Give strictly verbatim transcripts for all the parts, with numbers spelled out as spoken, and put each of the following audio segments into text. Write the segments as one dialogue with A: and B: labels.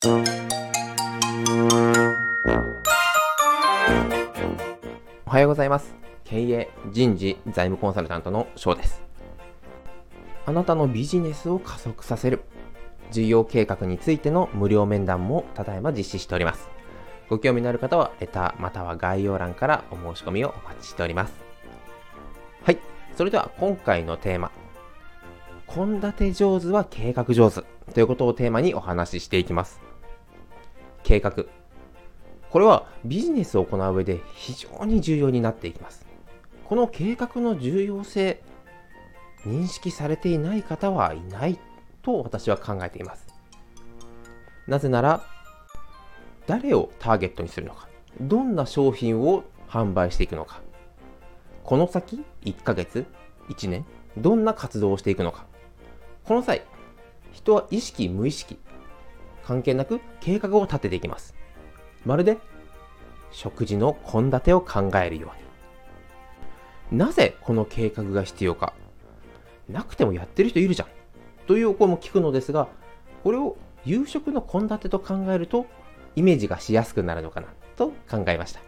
A: おはようございます。経営、人事、財務コンサルタントの翔です。あなたのビジネスを加速させる事業計画についての無料面談もただいま実施しております。ご興味のある方はレターまたは概要欄からお申し込みをお待ちしております。はい、それでは今回のテーマ、献立上手は計画上手ということをテーマにお話ししていきます。計画、これはビジネスを行う上で非常に重要になっていきます。この計画の重要性、認識されていない方はいないと私は考えています。なぜなら、誰をターゲットにするのか、どんな商品を販売していくのか、この先いっかげつ、いちねん、どんな活動をしていくのか、この際、人は意識無意識関係なく計画を立てていきます。まるで食事の献立を考えるように。なぜこの計画が必要か。なくてもやってる人いるじゃんというお声も聞くのですが、これを夕食の献立と考えるとイメージがしやすくなるのかなと考えました。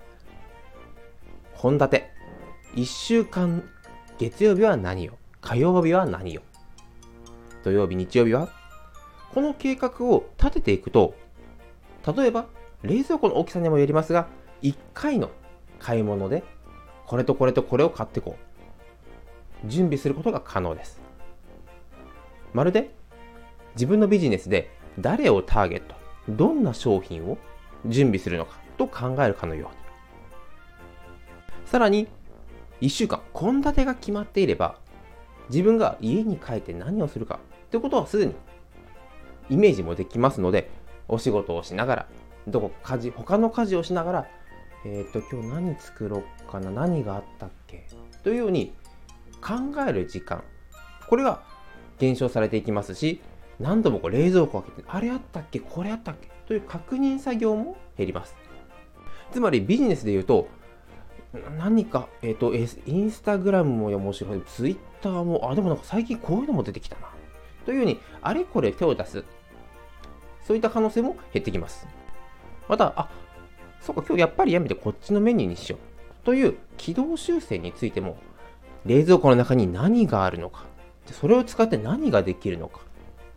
A: 献立、いっしゅうかん、月曜日は何を、火曜日は何を、土曜日、日曜日は、この計画を立てていくと、例えば冷蔵庫の大きさにもよりますが、いっかいの買い物でこれとこれとこれを買ってこう、準備することが可能です。まるで自分のビジネスで誰をターゲット、どんな商品を準備するのかと考えるかのように。さらにいっしゅうかん献立が決まっていれば、自分が家に帰って何をするかということはすでにイメージもできますので、お仕事をしながら、どこか家事、他の家事をしながら、えっと、今日何作ろうかな、何があったっけというように考える時間、これが減少されていきますし、何度もこう冷蔵庫を開けて、あれあったっけ、これあったっけという確認作業も減ります。つまりビジネスでいうと、何か、えっと、インスタグラムも面白い、ツイッターも、あ、でもなんか最近こういうのも出てきたな。というように、あれこれ手を出す。そういった可能性も減ってきます。また、あ、そうか、今日やっぱりやめてこっちのメニューにしよう。という軌道修正についても、冷蔵庫の中に何があるのか、それを使って何ができるのか。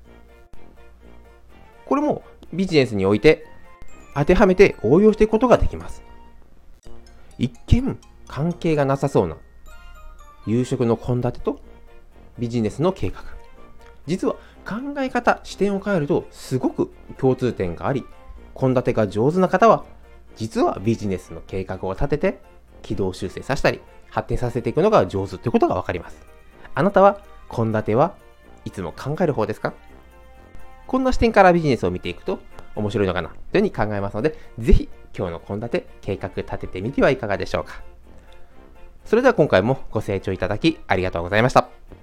A: これもビジネスにおいて当てはめて応用していくことができます。一見関係がなさそうな夕食の献立とビジネスの計画。実は考え方、視点を変えるとすごく共通点があり、献立が上手な方は実はビジネスの計画を立てて軌道修正させたり発展させていくのが上手ということがわかります。あなたは献立はいつも考える方ですか？こんな視点からビジネスを見ていくと面白いのかなというふうに考えますので、ぜひ今日の献立計画立ててみてはいかがでしょうか。それでは今回もご清聴いただきありがとうございました。